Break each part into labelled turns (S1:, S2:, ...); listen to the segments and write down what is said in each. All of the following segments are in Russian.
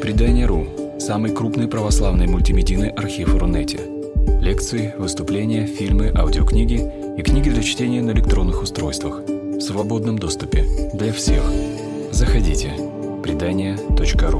S1: Предание.ру – самый крупный православный мультимедийный архив Рунете. Лекции, выступления, фильмы, аудиокниги и книги для чтения на электронных устройствах в свободном доступе для всех. Заходите. Предание.ру.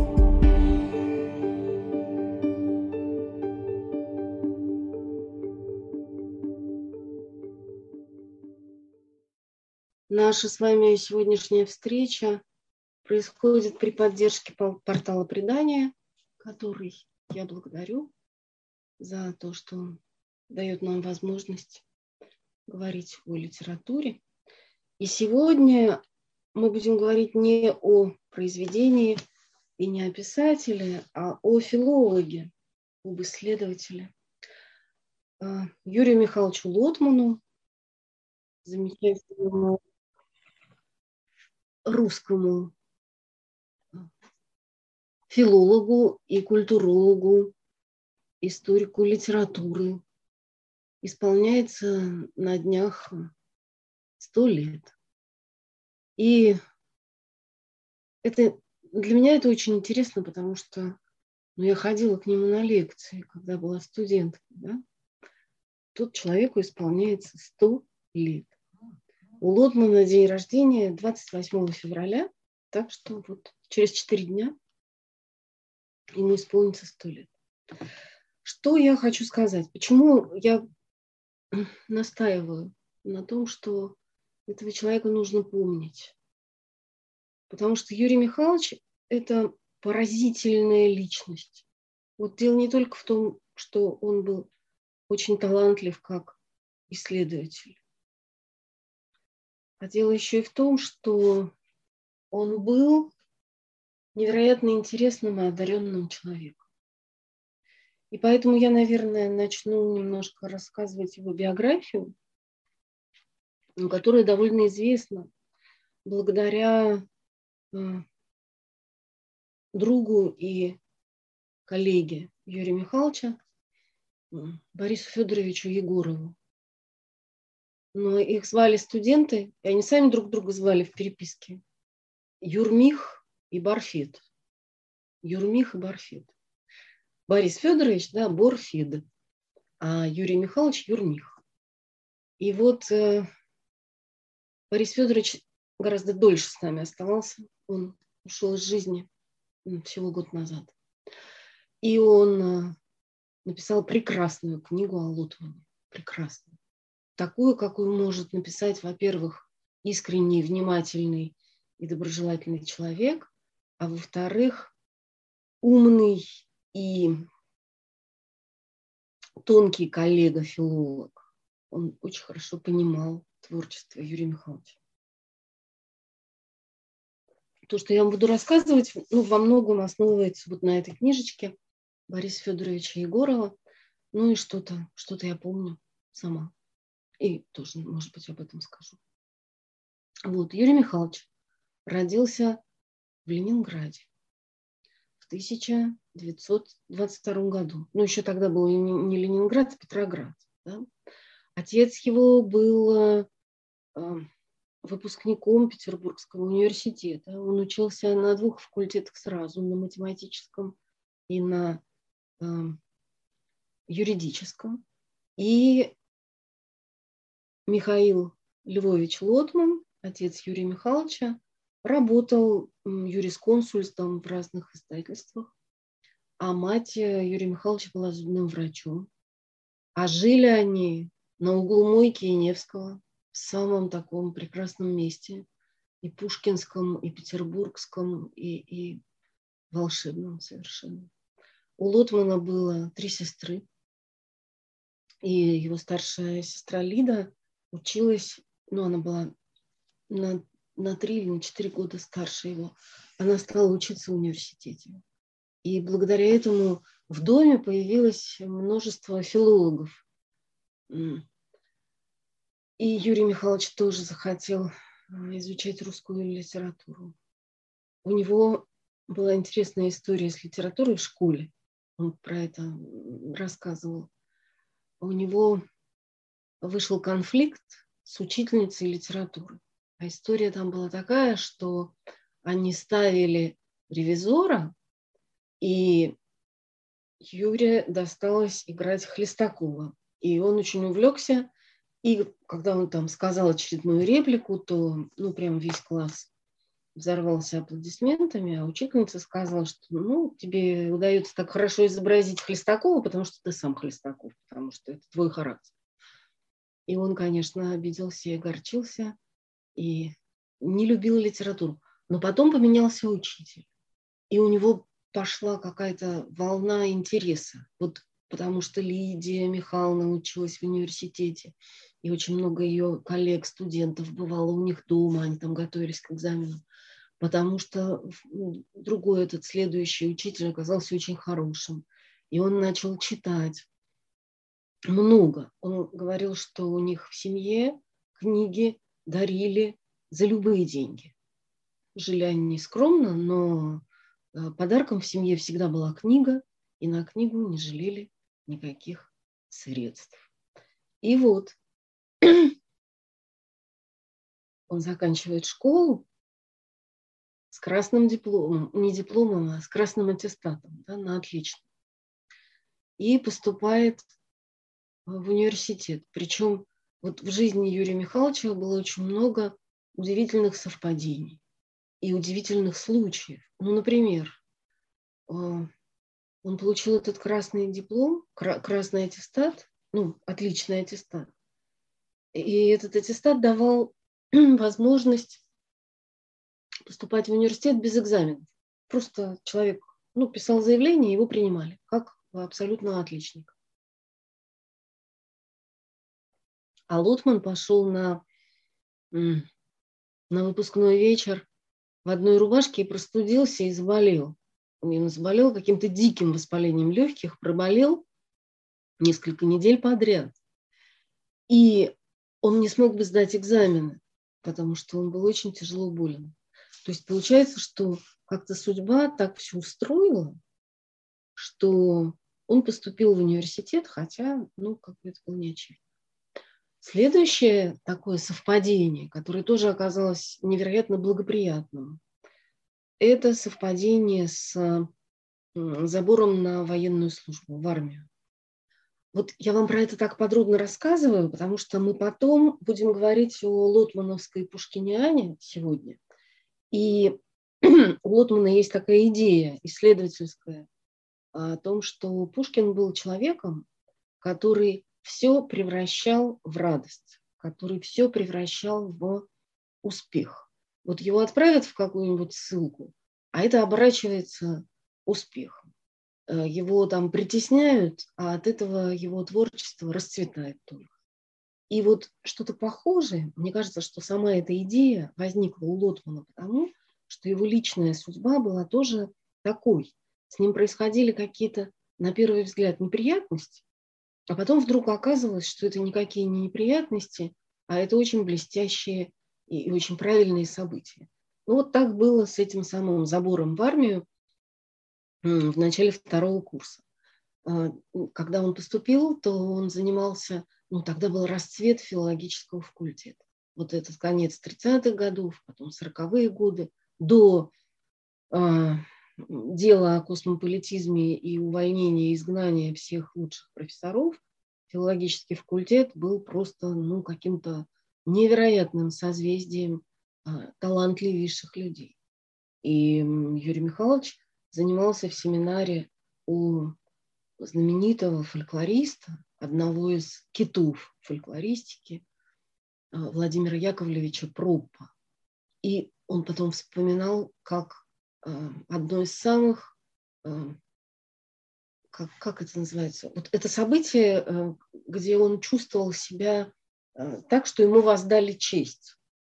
S2: Наша с вами сегодняшняя встреча происходит при поддержке портала Предания, который я благодарю за то, что он дает нам возможность говорить о литературе. И сегодня мы будем говорить не о произведении и не о писателе, а о филологе, об исследователе Юрию Михайловичу Лотману, замечательному русскому филологу и культурологу, историку литературы. Исполняется на днях 100 лет. И для меня это очень интересно, потому что я ходила к нему на лекции, когда была студенткой. Да? Тут человеку исполняется 100 лет. У Лотмана день рождения 28 февраля, так что вот через 4 дня ему исполнится 100 лет. Что я хочу сказать? Почему я настаиваю на том, что этого человека нужно помнить? Потому что Юрий Михайлович – это поразительная личность. Вот дело не только в том, что он был очень талантлив как исследователь, а дело еще и в том, что он был невероятно интересным и одаренным человеком. И поэтому я, наверное, начну немножко рассказывать его биографию, которая довольно известна благодаря другу и коллеге Юрия Михайловича Борису Федоровичу Егорову. Но их звали студенты, и они сами друг друга звали в переписке Юрмих и Барфед. Юрмих и Барфед. Борис Федорович, да, Борфед, а Юрий Михайлович Юрмих. И вот Борис Федорович гораздо дольше с нами оставался. Он ушел из жизни всего год назад. И он написал прекрасную книгу о Лотмане. Прекрасную. Такую, какую может написать, во-первых, искренний, внимательный и доброжелательный человек, а во-вторых, умный и тонкий коллега-филолог. Он очень хорошо понимал творчество Юрия Михайловича. То, что я вам буду рассказывать, во многом основывается вот на этой книжечке Бориса Федоровича Егорова. Ну и что-то я помню сама. И тоже, может быть, об этом скажу. Вот, Юрий Михайлович родился в Ленинграде в 1922 году. Ну, еще тогда был не Ленинград, а Петроград. Да? Отец его был выпускником Петербургского университета. Он учился на 2 факультетах сразу, на математическом и на юридическом. И Михаил Львович Лотман, отец Юрия Михайловича, работал юрисконсультом в разных издательствах, а мать Юрия Михайловича была зубным врачом. А жили они на углу Мойки и Невского, в самом таком прекрасном месте, и Пушкинском, и Петербургском, и волшебном совершенно. У Лотмана было 3 сестры, и его старшая сестра Лида училась, она была на 3 или на 4 года старше его. Она стала учиться в университете. И благодаря этому в доме появилось множество филологов. И Юрий Михайлович тоже захотел изучать русскую литературу. У него была интересная история с литературой в школе. Он про это рассказывал. У него вышел конфликт с учительницей литературы. А история там была такая, что они ставили ревизора И Юре досталось играть Хлестакова. И он очень увлекся. И когда он там сказал очередную реплику, то прям весь класс взорвался аплодисментами, а учительница сказала, что тебе удается так хорошо изобразить Хлестакова, потому что ты сам Хлестаков, потому что это твой характер. И он, конечно, обиделся и огорчился, и не любил литературу. Но потом поменялся учитель, и у него пошла какая-то волна интереса. Вот потому что Лидия Михайловна училась в университете, и очень много ее коллег, студентов бывало у них дома, они там готовились к экзаменам. Потому что другой этот следующий учитель оказался очень хорошим. И он начал читать много. Он говорил, что у них в семье книги дарили за любые деньги. Жили они скромно, но подарком в семье всегда была книга, и на книгу не жалели никаких средств. И вот он заканчивает школу с красным дипломом, не дипломом, а с красным аттестатом, да, на отлично. И поступает в университет. Причем вот в жизни Юрия Михайловича было очень много удивительных совпадений и удивительных случаев. Например, он получил этот красный диплом, красный аттестат, отличный аттестат. И этот аттестат давал возможность поступать в университет без экзаменов. Просто человек писал заявление, его принимали, как абсолютно отличника. А Лотман пошел на выпускной вечер в одной рубашке и простудился и заболел. Он заболел каким-то диким воспалением легких, проболел несколько недель подряд. И он не смог бы сдать экзамены, потому что он был очень тяжело болен. То есть получается, что как-то судьба так все устроила, что он поступил в университет, хотя, как бы это было не очевидно. Следующее такое совпадение, которое тоже оказалось невероятно благоприятным, это совпадение с забором на военную службу, в армию. Вот я вам про это так подробно рассказываю, потому что мы потом будем говорить о лотмановской Пушкиниане сегодня. И у Лотмана есть такая идея исследовательская о том, что Пушкин был человеком, который все превращал в радость, который все превращал в успех. Вот его отправят в какую-нибудь ссылку, а это оборачивается успехом. Его там притесняют, а от этого его творчество расцветает только. И вот что-то похожее, мне кажется, что сама эта идея возникла у Лотмана потому, что его личная судьба была тоже такой. С ним происходили какие-то, на первый взгляд, неприятности, а потом вдруг оказывалось, что это никакие не неприятности, а это очень блестящие и очень правильные события. Вот так было с этим самым забором в армию в начале 2-го курса. Когда он поступил, то он занимался, тогда был расцвет филологического факультета. Вот этот конец 30-х годов, потом 40-е годы, до дела о космополитизме и увольнения и изгнания всех лучших профессоров, филологический факультет был просто каким-то невероятным созвездием талантливейших людей. И Юрий Михайлович занимался в семинаре у знаменитого фольклориста, одного из китов фольклористики, Владимира Яковлевича Проппа. И он потом вспоминал, как одно из самых, как это называется, вот это событие, где он чувствовал себя так, что ему воздали честь.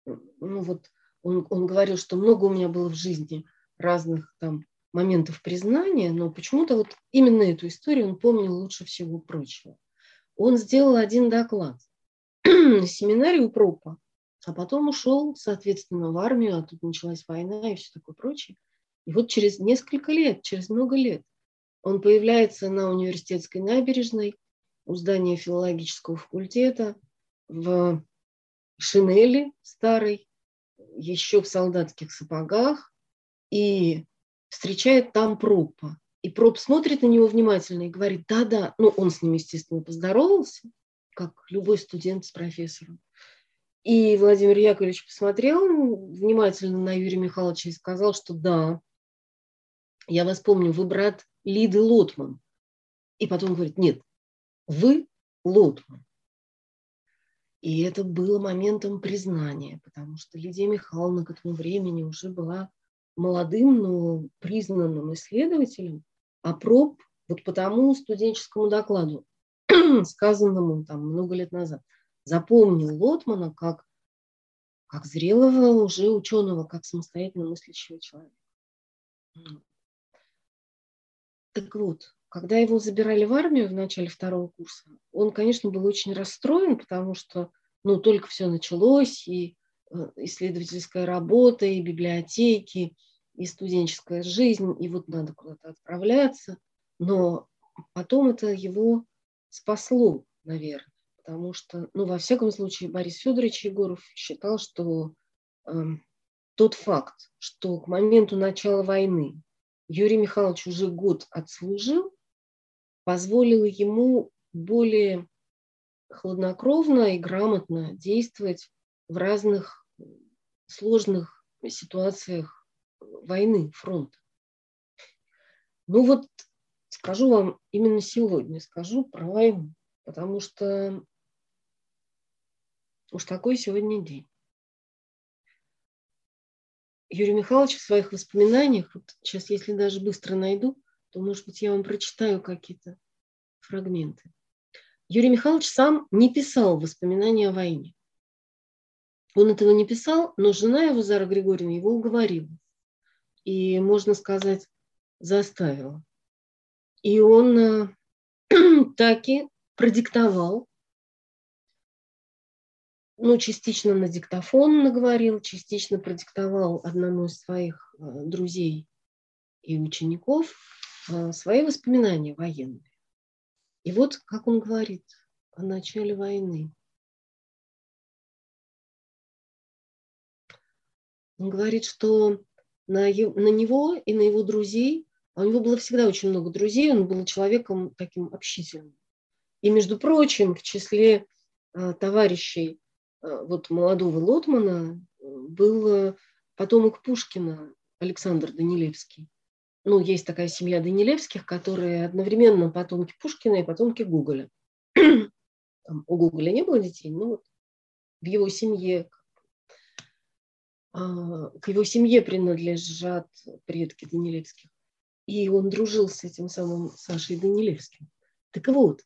S2: Он говорил, что много у меня было в жизни разных там моментов признания, но почему-то вот именно эту историю он помнил лучше всего прочего. Он сделал один доклад на семинаре у Проппа, а потом ушел, соответственно, в армию, а тут началась война и все такое прочее. И вот через несколько лет, через много лет он появляется на университетской набережной у здания филологического факультета в шинели старой, еще в солдатских сапогах, и встречает там Проппа. И Проб смотрит на него внимательно и говорит: да-да. Ну, он с ним, естественно, поздоровался, как любой студент с профессором. И Владимир Яковлевич посмотрел внимательно на Юрия Михайловича и сказал, что да, я вас помню, вы брат Лиды Лотман. И потом говорит: нет, вы Лотман. И это было моментом признания, потому что Лидия Михайловна к этому времени уже была молодым, но признанным исследователем, а Проб вот по тому студенческому докладу, сказанному там много лет назад, запомнил Лотмана как зрелого уже ученого, как самостоятельно мыслящего человека. Так вот, когда его забирали в армию в начале второго курса, он, конечно, был очень расстроен, потому что только все началось, и исследовательская работа, и библиотеки, и студенческая жизнь, и вот надо куда-то отправляться. Но потом это его спасло, наверное, потому что, во всяком случае, Борис Федорович Егоров считал, что тот факт, что к моменту начала войны Юрий Михайлович уже год отслужил, позволило ему более хладнокровно и грамотно действовать в разных сложных ситуациях войны, фронта. Скажу вам именно сегодня, скажу про войну, потому что уж такой сегодня день. Юрий Михайлович в своих воспоминаниях, вот сейчас, если даже быстро найду, то, может быть, я вам прочитаю какие-то фрагменты. Юрий Михайлович сам не писал воспоминания о войне. Он этого не писал, но жена его, Зара Григорьевна, его уговорила. И, можно сказать, заставила. И он таки продиктовал, частично на диктофон наговорил, частично продиктовал одному из своих друзей и учеников свои воспоминания военные. И вот как он говорит о начале войны. Он говорит, что на него и на его друзей, а у него было всегда очень много друзей, он был человеком таким общительным. И, между прочим, в числе товарищей молодого Лотмана был потомок Пушкина Александр Данилевский. Есть такая семья Данилевских, которые одновременно потомки Пушкина и потомки Гоголя. У Гоголя не было детей, но в его семье, к его семье принадлежат предки Данилевских. И он дружил с этим самым Сашей Данилевским. Так вот,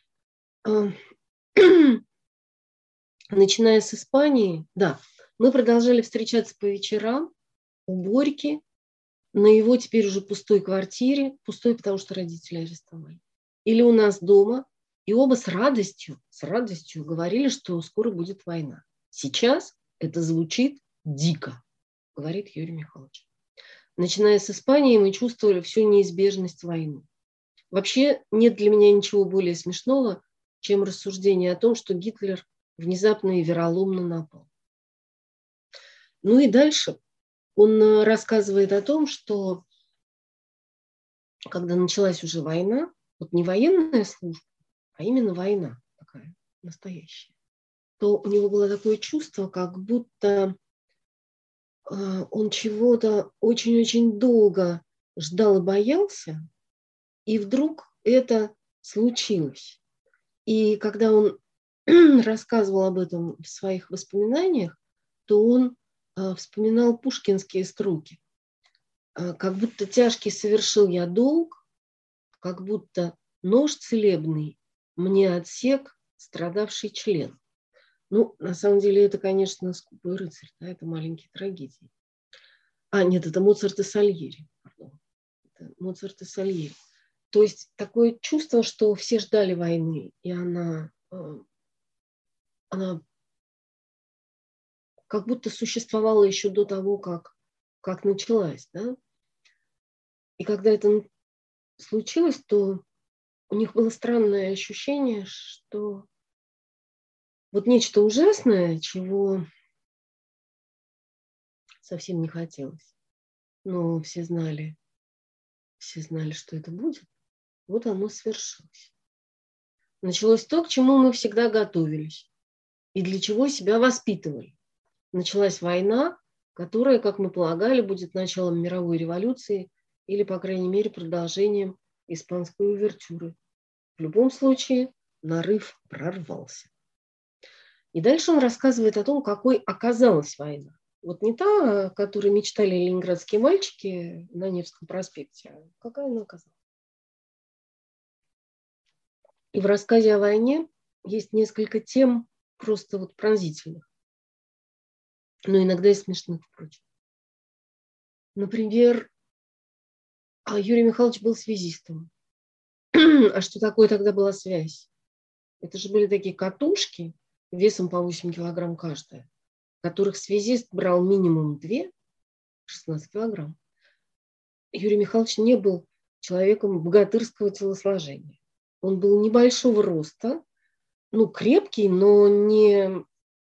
S2: начиная с Испании, мы продолжали встречаться по вечерам у Борьки на его теперь уже пустой квартире, пустой, потому что родители арестовали, или у нас дома, и оба с радостью говорили, что скоро будет война. Сейчас это звучит дико, говорит Юрий Михайлович. Начиная с Испании, мы чувствовали всю неизбежность войны. Вообще нет для меня ничего более смешного, чем рассуждение о том, что Гитлер внезапно и вероломно напал. И дальше он рассказывает о том, что когда началась уже война, не военная служба, а именно война такая настоящая, то у него было такое чувство, как будто он чего-то очень-очень долго ждал и боялся, и вдруг это случилось. И когда он рассказывал об этом в своих воспоминаниях, то он вспоминал пушкинские строки. Как будто тяжкий совершил я долг, как будто нож целебный мне отсек страдавший член. На самом деле это, конечно, «Скупой рыцарь», это маленькие трагедии. Нет, это Моцарт и Сальери. Пардон. Это Моцарт и Сальери. То есть такое чувство, что все ждали войны, и она как будто существовала еще до того, как началась. Да? И когда это случилось, то у них было странное ощущение, что нечто ужасное, чего совсем не хотелось, но все знали, все знали, что это будет, вот оно свершилось. Началось то, к чему мы всегда готовились и для чего себя воспитывали. Началась война, которая, как мы полагали, будет началом мировой революции или, по крайней мере, продолжением испанской увертюры. В любом случае, нарыв прорвался. И дальше он рассказывает о том, какой оказалась война. Вот не та, о которой мечтали ленинградские мальчики на Невском проспекте, а какая она оказалась. И в рассказе о войне есть несколько тем просто вот пронзительных, но иногда и смешных, впрочем. Например, Юрий Михайлович был связистом. А что такое тогда была связь? Это же были такие катушки весом по 8 килограмм каждая, которых связист брал минимум 2, 16 килограмм. Юрий Михайлович не был человеком богатырского телосложения. Он был небольшого роста, ну, крепкий, но не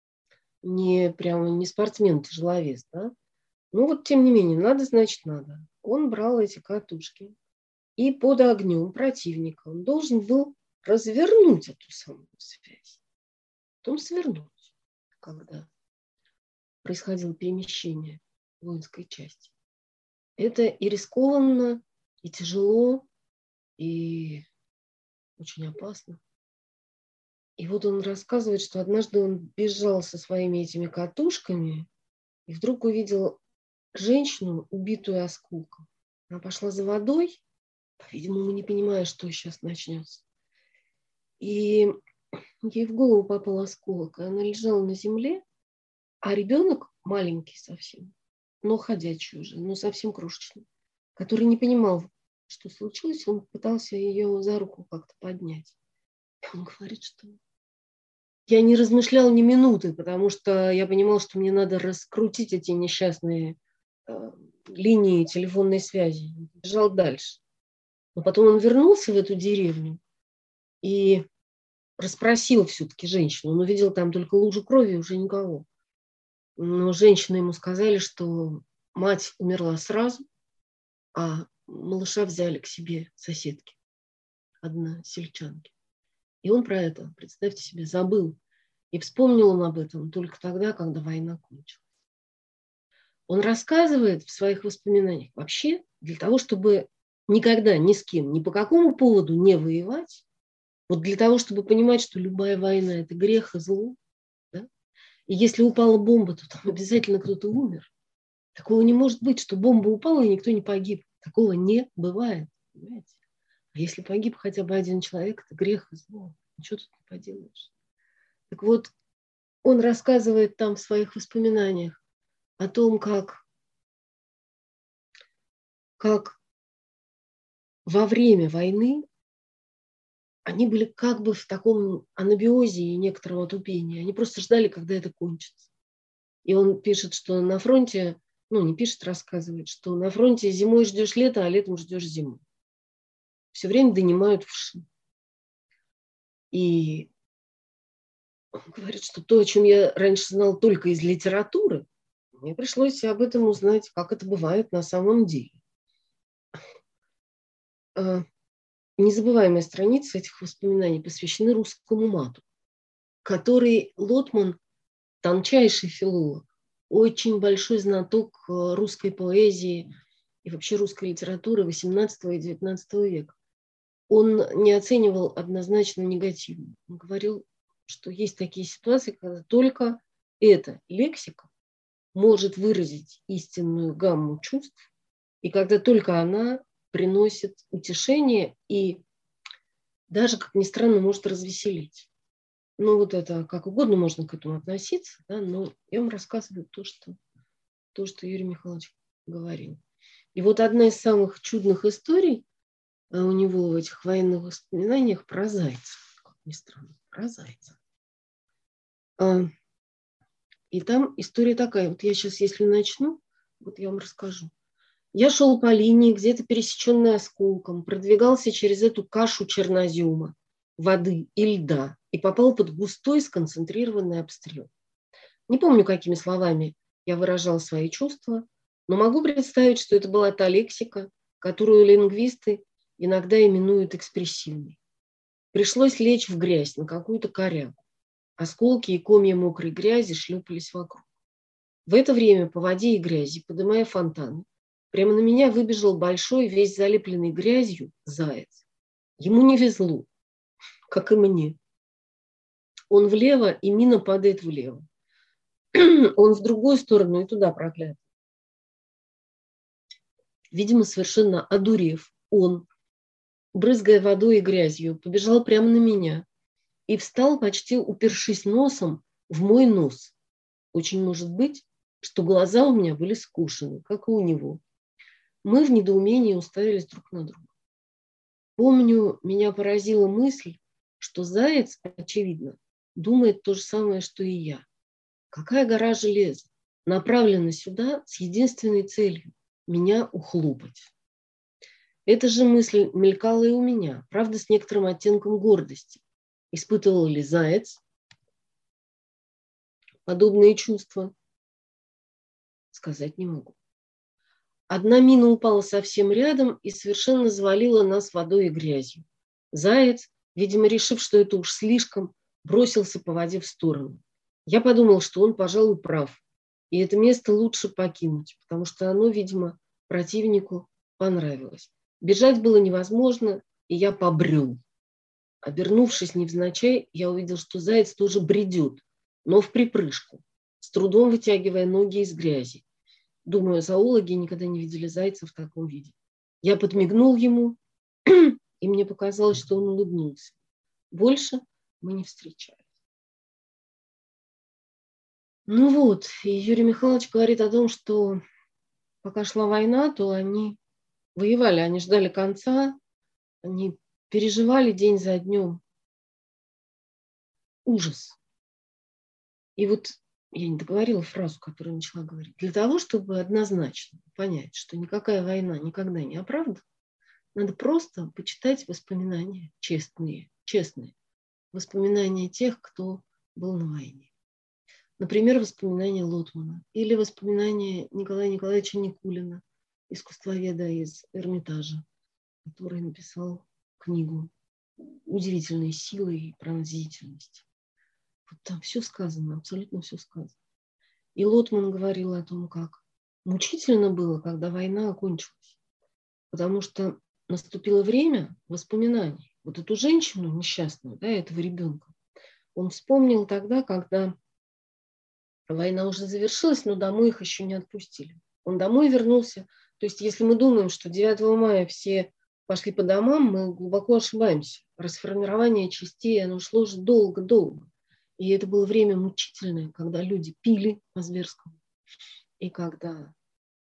S2: прямо не спортсмен, тяжеловес, да? Ну, вот тем не менее, надо, значит, надо. Он брал эти катушки и под огнем противника он должен был развернуть эту самую связь, потом свернуть, когда происходило перемещение воинской части. Это и рискованно, и тяжело, и очень опасно. И вот он рассказывает, что однажды он бежал со своими этими катушками и вдруг увидел женщину, убитую осколком. Она пошла за водой, по-видимому, не понимая, что сейчас начнется. И ей в голову попал осколок, и она лежала на земле, а ребенок маленький совсем, но ходячий уже, но совсем крошечный, который не понимал, что случилось, он пытался ее за руку как-то поднять. И он говорит, что я не размышлял ни минуты, потому что я понимал, что мне надо раскрутить эти несчастные линии телефонной связи. Бежал дальше. Но потом он вернулся в эту деревню и расспросил все-таки женщину. Он увидел там только лужу крови, уже никого. Но женщины ему сказали, что мать умерла сразу, а малыша взяли к себе соседки, односельчанки. И он про это, представьте себе, забыл. И вспомнил он об этом только тогда, когда война кончилась. Он рассказывает в своих воспоминаниях вообще для того, чтобы никогда ни с кем, ни по какому поводу не воевать, вот для того, чтобы понимать, что любая война – это грех и зло, да? И если упала бомба, то там обязательно кто-то умер. Такого не может быть, что бомба упала и никто не погиб. Такого не бывает, понимаете? А если погиб хотя бы один человек, это грех и зло. Ничего тут не поделаешь. Так вот, он рассказывает там в своих воспоминаниях о том, как во время войны они были как бы в таком анабиозе и некоторого тупения. Они просто ждали, когда это кончится. И он пишет, что на фронте, ну не пишет, рассказывает, что на фронте зимой ждешь лета, а летом ждешь зиму. Все время донимают вши. И он говорит, что то, о чем я раньше знал только из литературы, мне пришлось об этом узнать, как это бывает на самом деле. Незабываемые страницы этих воспоминаний посвящены русскому мату, который Лотман, тончайший филолог, очень большой знаток русской поэзии и вообще русской литературы XVIII и XIX века. Он не оценивал однозначно негативно. Он говорил, что есть такие ситуации, когда только эта лексика может выразить истинную гамму чувств, и когда только она приносит утешение и даже, как ни странно, может развеселить. Ну, вот это как угодно можно к этому относиться, да, но я вам рассказываю то, что Юрий Михайлович говорил. И вот одна из самых чудных историй у него в этих военных воспоминаниях про зайца. Как ни странно, про зайца. И там история такая. Вот я сейчас, если начну, вот я вам расскажу. Я шел по линии, где-то пересеченной осколком, продвигался через эту кашу чернозема, воды и льда и попал под густой сконцентрированный обстрел. Не помню, какими словами я выражал свои чувства, но могу представить, что это была та лексика, которую лингвисты иногда именуют экспрессивной. Пришлось лечь в грязь на какую-то корягу. Осколки и комья мокрой грязи шлепались вокруг. В это время по воде и грязи, поднимая фонтаны, прямо на меня выбежал большой, весь залепленный грязью, заяц. Ему не везло, как и мне. Он влево, и мина падает влево. Он в другую сторону, и туда проклятый. Видимо, совершенно одурев, он, брызгая водой и грязью, побежал прямо на меня и встал, почти упершись носом в мой нос. Очень может быть, что глаза у меня были скушены, как и у него. Мы в недоумении уставились друг на друга. Помню, меня поразила мысль, что заяц, очевидно, думает то же самое, что и я. Какая гора железа направлена сюда с единственной целью – меня ухлопать. Эта же мысль мелькала и у меня, правда, с некоторым оттенком гордости. Испытывал ли заяц подобные чувства? Сказать не могу. Одна мина упала совсем рядом и совершенно завалила нас водой и грязью. Заяц, видимо, решив, что это уж слишком, бросился по воде в сторону. Я подумал, что он, пожалуй, прав. И это место лучше покинуть, потому что оно, видимо, противнику понравилось. Бежать было невозможно, и я побрел. Обернувшись невзначай, я увидел, что заяц тоже бредет, но в припрыжку, с трудом вытягивая ноги из грязи. Думаю, зоологи никогда не видели зайца в таком виде. Я подмигнул ему, и мне показалось, что он улыбнулся. Больше мы не встречались. Ну вот, и Юрий Михайлович говорит о том, что пока шла война, то они воевали, они ждали конца, они переживали день за днем ужас. И вот я не договорила фразу, которую начала говорить. Для того, чтобы однозначно понять, что никакая война никогда не оправдана, надо просто почитать воспоминания честные воспоминания тех, кто был на войне. Например, воспоминания Лотмана или воспоминания Николая Николаевича Никулина, искусствоведа из Эрмитажа, который написал книгу удивительной силы и пронзительности. Вот там все сказано, абсолютно все сказано. И Лотман говорил о том, как мучительно было, когда война окончилась, потому что наступило время воспоминаний. Вот эту женщину несчастную, да, этого ребенка, он вспомнил тогда, когда война уже завершилась, но домой их еще не отпустили. Он домой вернулся. То есть если мы думаем, что 9 мая все пошли по домам, мы глубоко ошибаемся. Расформирование частей, оно шло уже долго-долго. И это было время мучительное, когда люди пили по-зверскому. И когда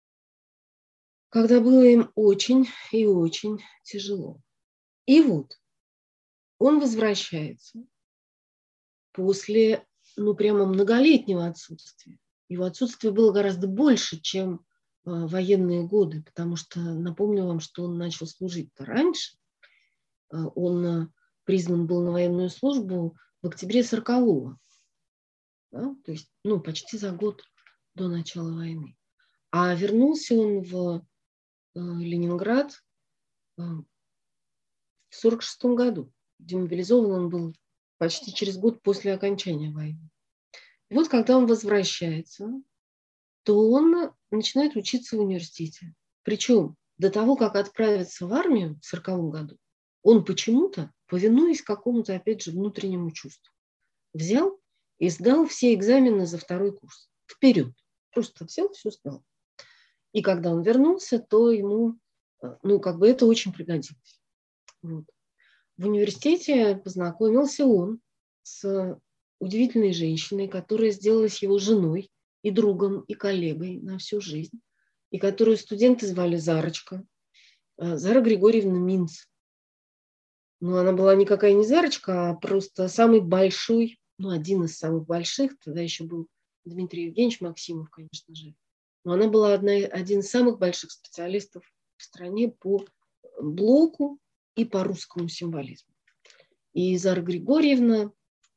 S2: было им очень и очень тяжело. И вот он возвращается после прямо многолетнего отсутствия. Его отсутствие было гораздо больше, чем военные годы, потому что, напомню вам, что он начал служить-то раньше. Он признан был на военную службу в октябре 40-го. Да? То есть почти за год до начала войны. А вернулся он в Ленинград в 1946 году. Демобилизован он был почти через год после окончания войны. И вот когда он возвращается, то он начинает учиться в университете. Причем до того, как отправиться в армию в 1940 году, он почему-то, повинуясь какому-то, опять же, внутреннему чувству, взял и сдал все экзамены за 2-й курс. Вперед. Просто взял, все сдал. И когда он вернулся, то ему, это очень пригодилось. Вот. В университете познакомился он с удивительной женщиной, которая сделалась его женой и другом, и коллегой на всю жизнь, и которую студенты звали Зарочка, Зара Григорьевна Минц. Но она была никакая не Зарочка, а просто самый большой, один из самых больших, тогда еще был Дмитрий Евгеньевич Максимов, конечно же. Но она была один из самых больших специалистов в стране по блоку и по русскому символизму. И Зара Григорьевна,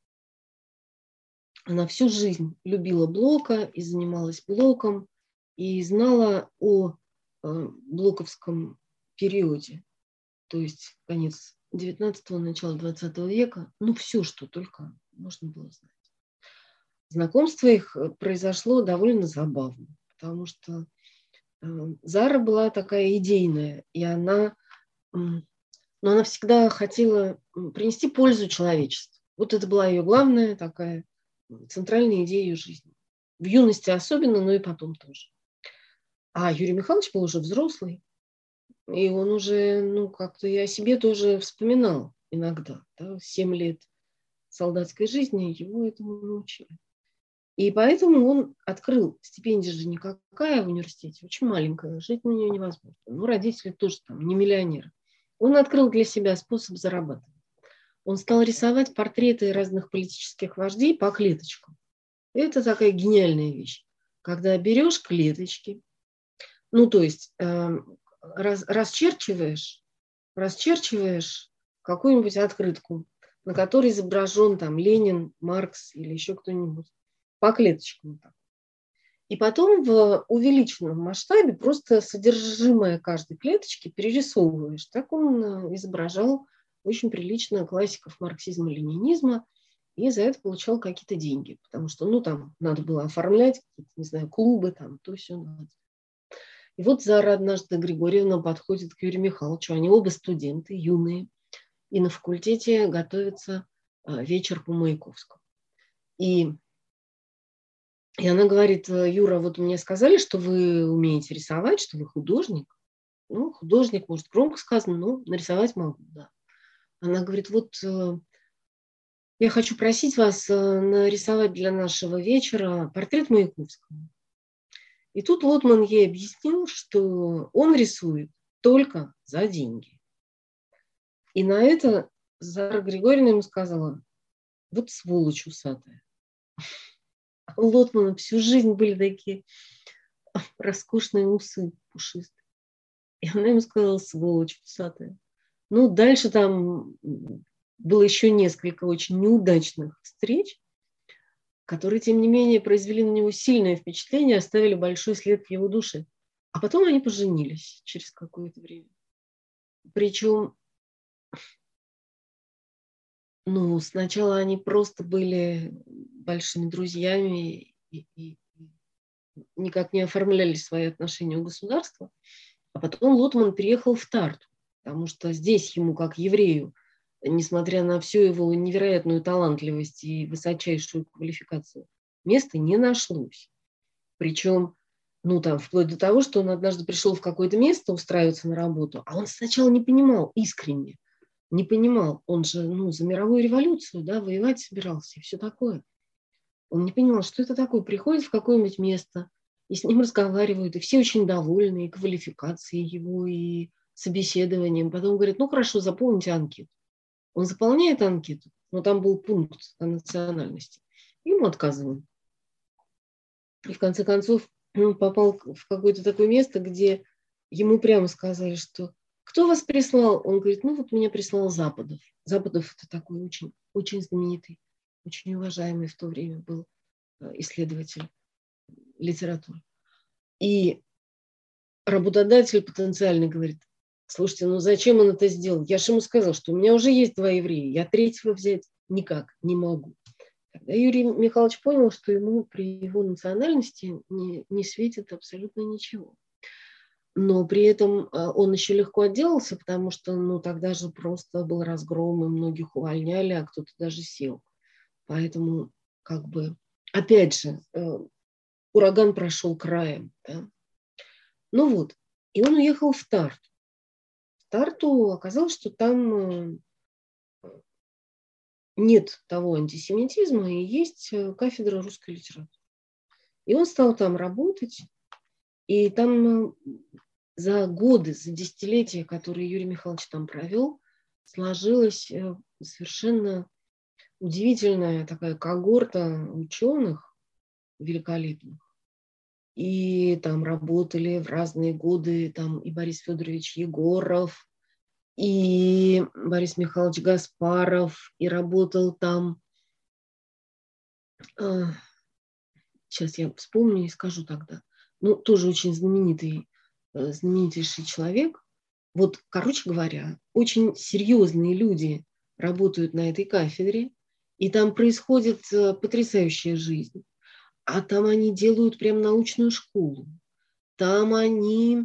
S2: она всю жизнь любила Блока и занималась Блоком, и знала о блоковском периоде, то есть конец 19-го, начало 20 века, ну, все, что только можно было знать. Знакомство их произошло довольно забавно, потому что Зара была такая идейная, и она всегда хотела принести пользу человечеству. Вот это была ее главная такая центральная идея ее жизни. В юности особенно, но и потом тоже. А Юрий Михайлович был уже взрослый, и он уже, как-то и о себе тоже вспоминал иногда. Да, 7 лет солдатской жизни его этому научили. И поэтому он открыл, стипендия же никакая в университете, очень маленькая, жить на нее невозможно. Ну, родители тоже там не миллионеры. Он открыл для себя способ зарабатывать. Он стал рисовать портреты разных политических вождей по клеточкам. Это такая гениальная вещь. Когда берешь клеточки, то есть расчерчиваешь какую-нибудь открытку, на которой изображен там Ленин, Маркс или еще кто-нибудь, по клеточкам. И потом в увеличенном масштабе просто содержимое каждой клеточки перерисовываешь. Так он изображал очень прилично классиков марксизма-ленинизма и за это получал какие-то деньги. Потому что, там надо было оформлять, не знаю, клубы, там, то все надо. И вот Зара однажды Григорьевна подходит к Юрию Михайловичу. Они оба студенты, юные. И на факультете готовится вечер по Маяковскому. И она говорит: Юра, вот мне сказали, что вы умеете рисовать, что вы художник. Ну, художник, может, громко сказано, но нарисовать могу, да. Она говорит: вот я хочу просить вас нарисовать для нашего вечера портрет Маяковского. И тут Лотман ей объяснил, что он рисует только за деньги. И на это Зара Григорьевна ему сказала: вот сволочь усатая. У Лотмана всю жизнь были такие роскошные усы пушистые. И она ему сказала: сволочь усатая. Дальше там было еще несколько очень неудачных встреч, которые, тем не менее, произвели на него сильное впечатление, оставили большой след в его душе. А потом они поженились через какое-то время. Причем, сначала они просто были большими друзьями и никак не оформляли свои отношения у государства. А потом Лотман переехал в Тарту, потому что здесь ему, как еврею, несмотря на всю его невероятную талантливость и высочайшую квалификацию, места не нашлось. Причем, вплоть до того, что он однажды пришел в какое-то место устраиваться на работу, а он сначала не понимал, искренне не понимал. Он же, за мировую революцию, да, воевать собирался и все такое. Он не понимал, что это такое. Приходит в какое-нибудь место, и с ним разговаривают, и все очень довольны и квалификацией его, и собеседованием. Потом говорят: хорошо, заполните анкету. Он заполняет анкету, но там был пункт о национальности. Ему отказывают. И в конце концов он попал в какое-то такое место, где ему прямо сказали, что кто вас прислал? Он говорит: вот меня прислал Западов. Западов — это такой очень, очень знаменитый, очень уважаемый в то время был исследователь литературы. И работодатель потенциальный говорит: слушайте, зачем он это сделал? Я же ему сказал, что у меня уже есть 2 еврея, я 3-го взять никак не могу. Тогда Юрий Михайлович понял, что ему при его национальности не светит абсолютно ничего. Но при этом он еще легко отделался, потому что тогда же просто был разгром, и многих увольняли, а кто-то даже сел. Поэтому, опять же, ураган прошел краем. Да? И он уехал в Тарту. В Тарту оказалось, что там нет того антисемитизма, и есть кафедра русской литературы. И он стал там работать, и там за годы, за десятилетия, которые Юрий Михайлович там провел, сложилась совершенно удивительная такая когорта ученых великолепных. И там работали в разные годы там и Борис Федорович Егоров, и Борис Михайлович Гаспаров, и работал там, сейчас я вспомню и скажу тогда, тоже очень знаменитейший человек, Вот, короче говоря, очень серьезные люди работают на этой кафедре, и там происходит потрясающая жизнь. А там они делают прям научную школу. Там они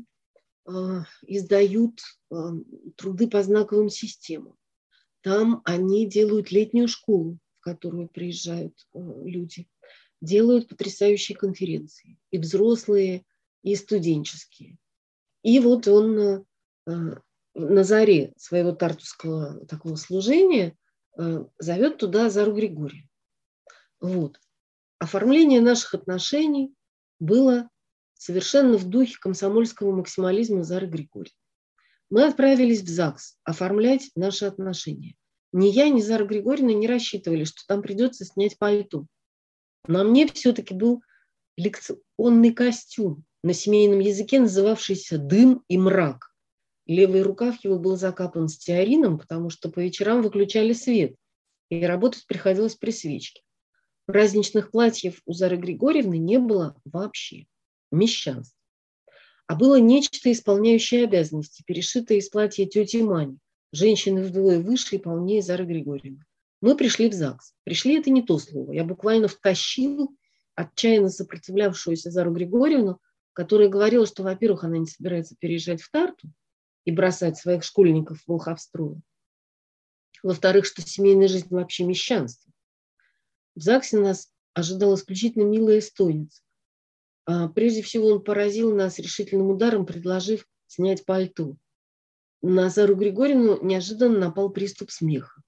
S2: издают труды по знаковым системам. Там они делают летнюю школу, в которую приезжают люди. Делают потрясающие конференции. И взрослые, и студенческие. И вот он на заре своего тартусского такого служения зовет туда Зару Григорьевну. Вот. Оформление наших отношений было совершенно в духе комсомольского максимализма Зары Григорьевны. Мы отправились в ЗАГС оформлять наши отношения. Ни я, ни Зара Григорьевна не рассчитывали, что там придется снять пальто. На мне все-таки был лекционный костюм, на семейном языке называвшийся «дым и мрак». Левый рукав его был закапан стеарином, потому что по вечерам выключали свет, и работать приходилось при свечке. Праздничных платьев у Зары Григорьевны не было вообще. Мещанство. А было нечто, исполняющее обязанности, перешитое из платья тети Мани, женщины вдвое выше и полнее Зары Григорьевны. Мы пришли в ЗАГС. Пришли – это не то слово. Я буквально втащил отчаянно сопротивлявшуюся Зару Григорьевну, которая говорила, что, во-первых, она не собирается переезжать в Тарту и бросать своих школьников в волховстрое. Во-вторых, что семейная жизнь вообще мещанство. В ЗАГСе нас ожидал исключительно милый эстонец. Прежде всего, он поразил нас решительным ударом, предложив снять пальто. На Зару Григорьевну неожиданно напал приступ смеха.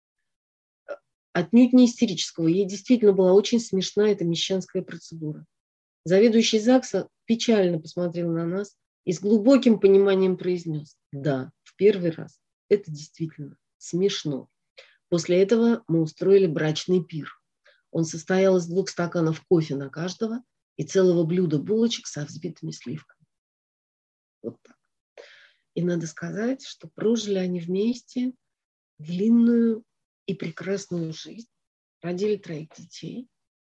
S2: Отнюдь не истерического. Ей действительно была очень смешна эта мещанская процедура. Заведующий ЗАГСа печально посмотрел на нас и с глубоким пониманием произнес: да, в первый раз. Это действительно смешно. После этого мы устроили брачный пир. Он состоял из 2 стаканов кофе на каждого и целого блюда булочек со взбитыми сливками. Вот так. И надо сказать, что прожили они вместе длинную и прекрасную жизнь, родили 3 детей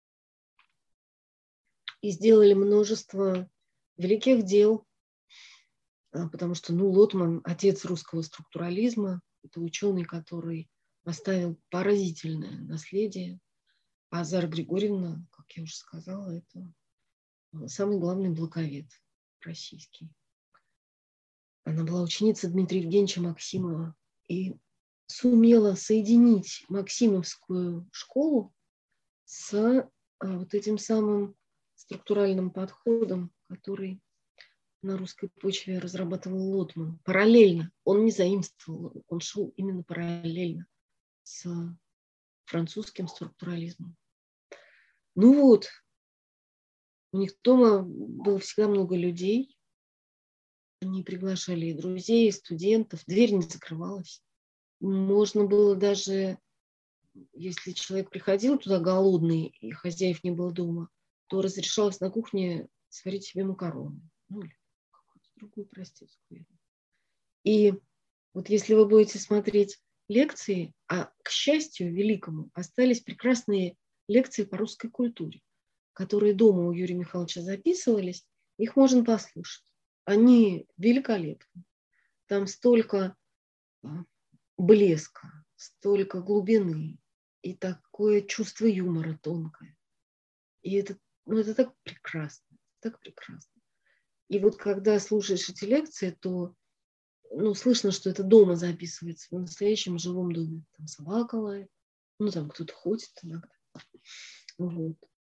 S2: и сделали множество великих дел, потому что Лотман, отец русского структурализма, это ученый, который оставил поразительное наследие, а Зара Григорьевна, как я уже сказала, это самый главный блоковед российский. Она была ученицей Дмитрия Евгеньевича Максимова и сумела соединить Максимовскую школу с вот этим самым структуральным подходом, который на русской почве разрабатывал Лотман. Параллельно. Он не заимствовал, он шел именно параллельно с французским структурализмом. Ну вот, у них дома было всегда много людей. Они приглашали и друзей, и студентов. Дверь не закрывалась. Можно было даже, если человек приходил туда голодный, и хозяев не было дома, то разрешалось на кухне сварить себе макароны. Или какую-то другую простецкую еду. И вот если вы будете смотреть лекции, а, к счастью великому, остались прекрасные лекции по русской культуре, которые дома у Юрия Михайловича записывались, их можно послушать. Они великолепны. Там столько блеска, столько глубины и такое чувство юмора тонкое. И это так прекрасно, так прекрасно. И вот когда слушаешь эти лекции, то слышно, что это дома записывается, в настоящем живом доме. Там собака лает, там кто-то ходит иногда. Вот.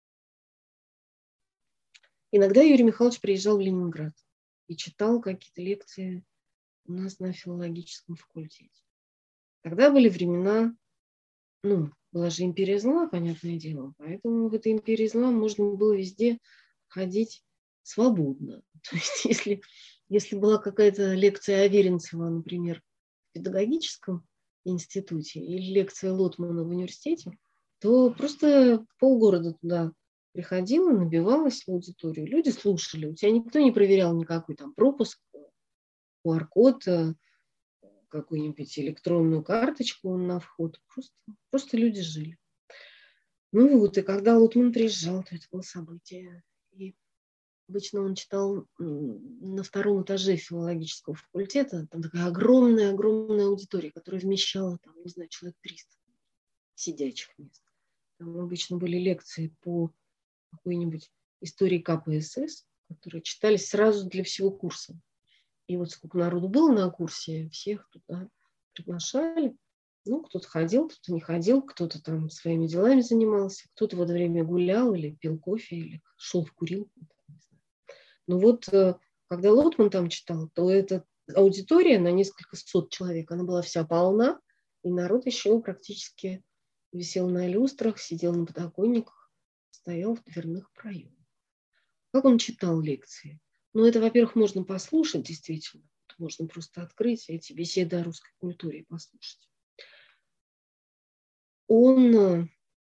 S2: Иногда Юрий Михайлович приезжал в Ленинград и читал какие-то лекции у нас на филологическом факультете. Тогда были времена, была же империя зла, понятное дело, поэтому в этой империи зла можно было везде ходить свободно. То есть если была какая-то лекция Аверинцева, например, в педагогическом институте или лекция Лотмана в университете, то просто полгорода туда приходила, набивалась в аудиторию. Люди слушали. У тебя никто не проверял никакой там пропуск, QR-код, какую-нибудь электронную карточку на вход. Просто люди жили. И когда Лотман приезжал, то это было событие. И Обычно он читал на втором этаже филологического факультета. Там такая огромная аудитория, которая вмещала, там, не знаю, человек 300 сидячих мест. Там обычно были лекции по какой-нибудь истории КПСС, которые читались сразу для всего курса. И вот сколько народу было на курсе, всех туда приглашали. Ну, кто-то ходил, кто-то не ходил, кто-то там своими делами занимался, кто-то в это время гулял или пил кофе, или шел в курилку. Ну вот, когда Лотман там читал, то эта аудитория на несколько сот человек, она была вся полна, и народ еще практически висел на люстрах, сидел на подоконниках, стоял в дверных проемах. Как он читал лекции? Ну, это, во-первых, можно послушать, действительно. Можно просто открыть эти беседы о русской культуре и послушать. Он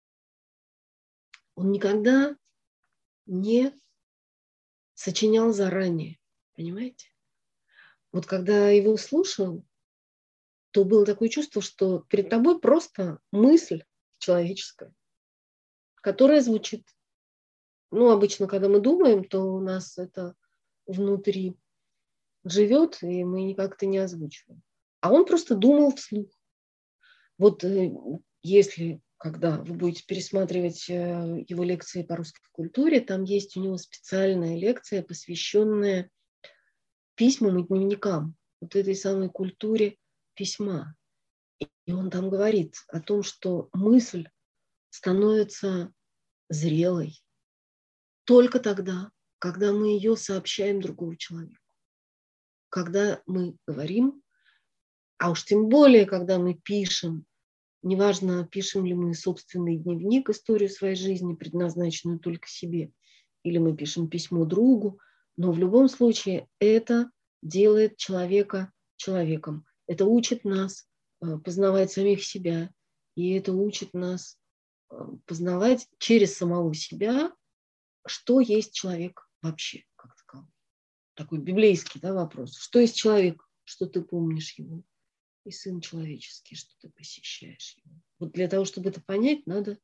S2: никогда не сочинял заранее, понимаете? Вот когда его слушал, то было такое чувство, что перед тобой просто мысль человеческая, которая звучит. Ну, обычно, когда мы думаем, то у нас это внутри живет, и мы никак это не озвучиваем. А он просто думал вслух. Вот если, когда вы будете пересматривать его лекции по русской культуре, там есть у него специальная лекция, посвященная письмам и дневникам, вот этой самой культуре письма. И он там говорит о том, что мысль становится зрелой только тогда, когда мы ее сообщаем другому человеку. Когда мы говорим, а уж тем более, когда мы пишем, неважно, пишем ли мы собственный дневник, историю своей жизни, предназначенную только себе, или мы пишем письмо другу, но в любом случае это делает человека человеком. Это учит нас познавать самих себя, и это учит нас познавать через самого себя, что есть человек вообще, как таковой. Такой библейский, да, вопрос. Что есть человек, что ты помнишь его? И сын человеческий, что ты посещаешь его. Вот для того, чтобы это понять, надо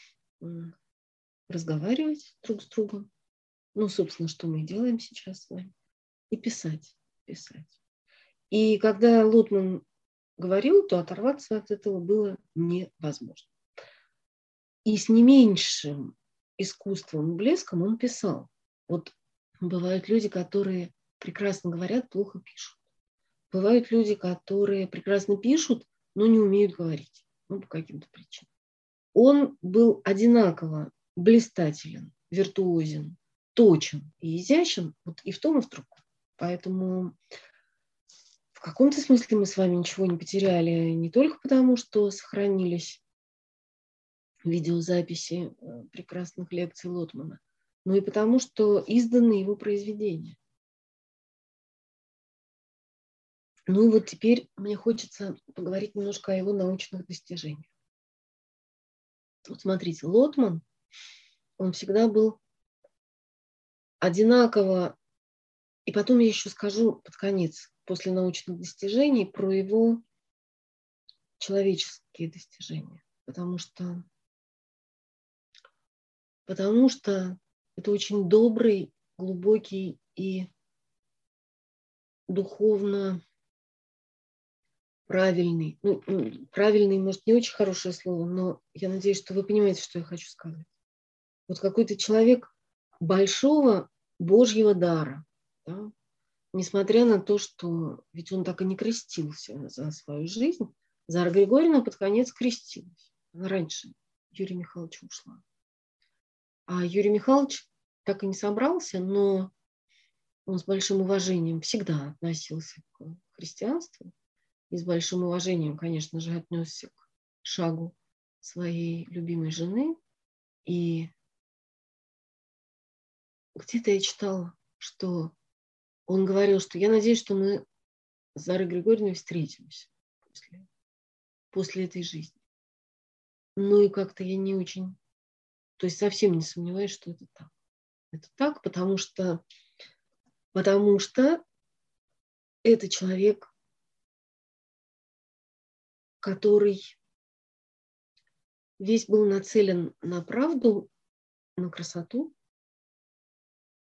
S2: разговаривать друг с другом. Ну, собственно, что мы делаем сейчас с вами. И писать. И когда Лотман говорил, то оторваться от этого было невозможно. И с не меньшим искусством и блеском он писал. Вот бывают люди, которые прекрасно говорят, плохо пишут. Бывают люди, которые прекрасно пишут, но не умеют говорить. Ну, по каким-то причинам. Он был одинаково блистателен, виртуозен, точен и изящен вот и в том, и в другом. Поэтому в каком-то смысле мы с вами ничего не потеряли не только потому, что сохранились видеозаписи прекрасных лекций Лотмана, но и потому, что изданы его произведения. Ну и вот теперь мне хочется поговорить немножко о его научных достижениях. Вот смотрите, Лотман, он всегда был одинаково, и потом я еще скажу под конец, после научных достижений, про его человеческие достижения, потому что это очень добрый, глубокий и духовно правильный. Ну, правильный, может, не очень хорошее слово, но я надеюсь, что вы понимаете, что я хочу сказать. Вот какой-то человек большого Божьего дара, да? Несмотря на то, что ведь он так и не крестился за свою жизнь, Зара Григорьевна под конец крестилась. Она раньше Юрия Михайловича ушла. А Юрий Михайлович так и не собрался, но он с большим уважением всегда относился к христианству и с большим уважением, конечно же, отнесся к шагу своей любимой жены. И где-то я читала, что он говорил, что я надеюсь, что мы с Зарой Григорьевной встретимся после этой жизни. Ну и как-то я не очень, то есть совсем не сомневаюсь, что это так. Это так, потому что это человек, который весь был нацелен на правду, на красоту,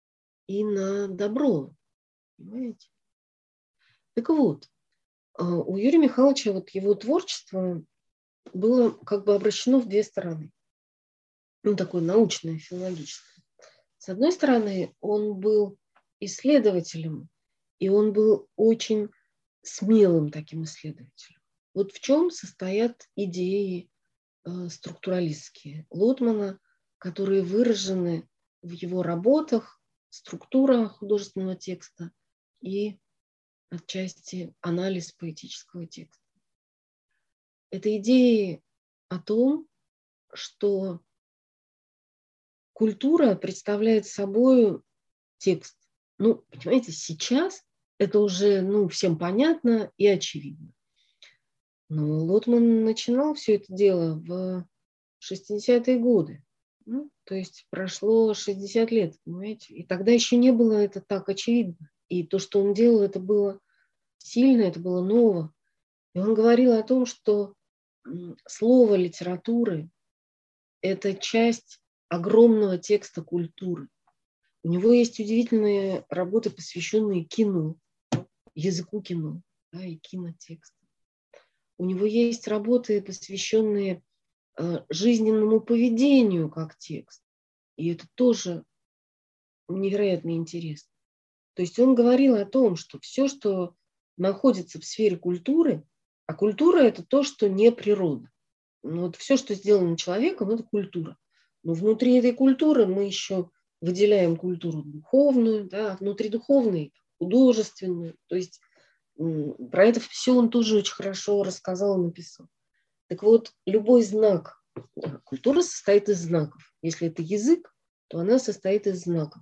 S2: и на добро. Понимаете? Так вот, у Юрия Михайловича вот его творчество было как бы обращено в две стороны. Ну, такое научное, филологическое. С одной стороны, он был исследователем, и он был очень смелым таким исследователем. Вот в чем состоят идеи структуралистские Лотмана, которые выражены в его работах, структура художественного текста и отчасти анализ поэтического текста. Это идеи о том, что культура представляет собой текст. Ну, понимаете, сейчас это уже всем понятно и очевидно. Но Лотман начинал все это дело в 60-е годы. То есть прошло 60 лет, понимаете? И тогда еще не было это так очевидно. И то, что он делал, это было сильно, это было ново. И он говорил о том, что слово литературы – это часть огромного текста культуры. У него есть удивительные работы, посвященные кино, языку кино, да, и кинотексту. У него есть работы, посвященные жизненному поведению как текст. И это тоже невероятно интересно. То есть он говорил о том, что все, что находится в сфере культуры, а культура – это то, что не природа. Вот все, что сделано человеком, это культура. Но внутри этой культуры мы еще выделяем культуру духовную, да, внутри духовной – художественную. То есть про это все он тоже очень хорошо рассказал и написал. Так вот, любой знак, культура состоит из знаков. Если это язык, то она состоит из знаков.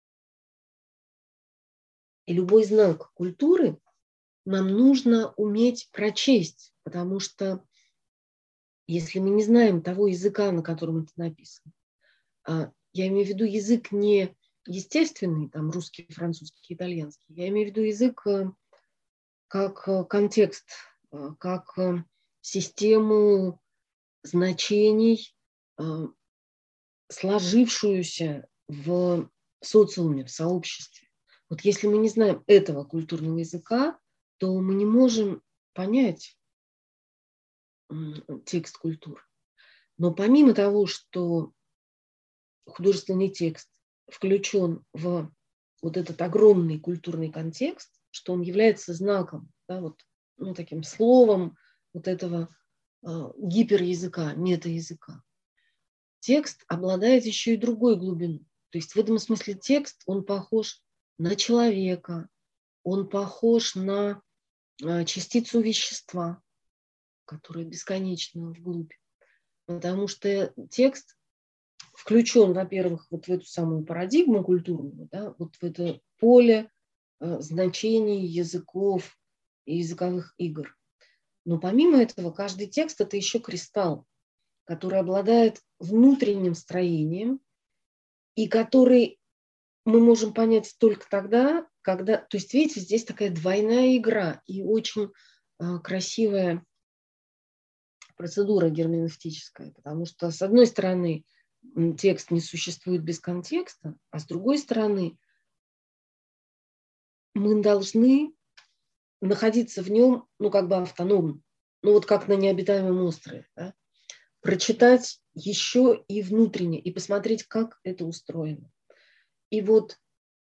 S2: И любой знак культуры нам нужно уметь прочесть, потому что если мы не знаем того языка, на котором это написано, я имею в виду язык не естественный, там русский, французский, итальянский, я имею в виду язык как контекст, как систему значений, сложившуюся в социуме, в сообществе. Вот если мы не знаем этого культурного языка, то мы не можем понять текст культуры. Но помимо того, что художественный текст включен в вот этот огромный культурный контекст, что он является знаком, да, таким словом вот этого гиперязыка, метаязыка. Текст обладает еще и другой глубиной. То есть в этом смысле текст, он похож на человека, он похож на частицу вещества, которая бесконечна вглубь. Потому что текст включен, во-первых, вот в эту самую парадигму культурную, да, вот в это поле значений, языков и языковых игр. Но помимо этого, каждый текст – это еще кристалл, который обладает внутренним строением и который мы можем понять только тогда, когда… То есть, видите, здесь такая двойная игра и очень красивая процедура герменевтическая, потому что, с одной стороны, текст не существует без контекста, а с другой стороны, мы должны находиться в нем, как бы автономно, вот как на необитаемом острове, да? Прочитать еще и внутренне, и посмотреть, как это устроено. И вот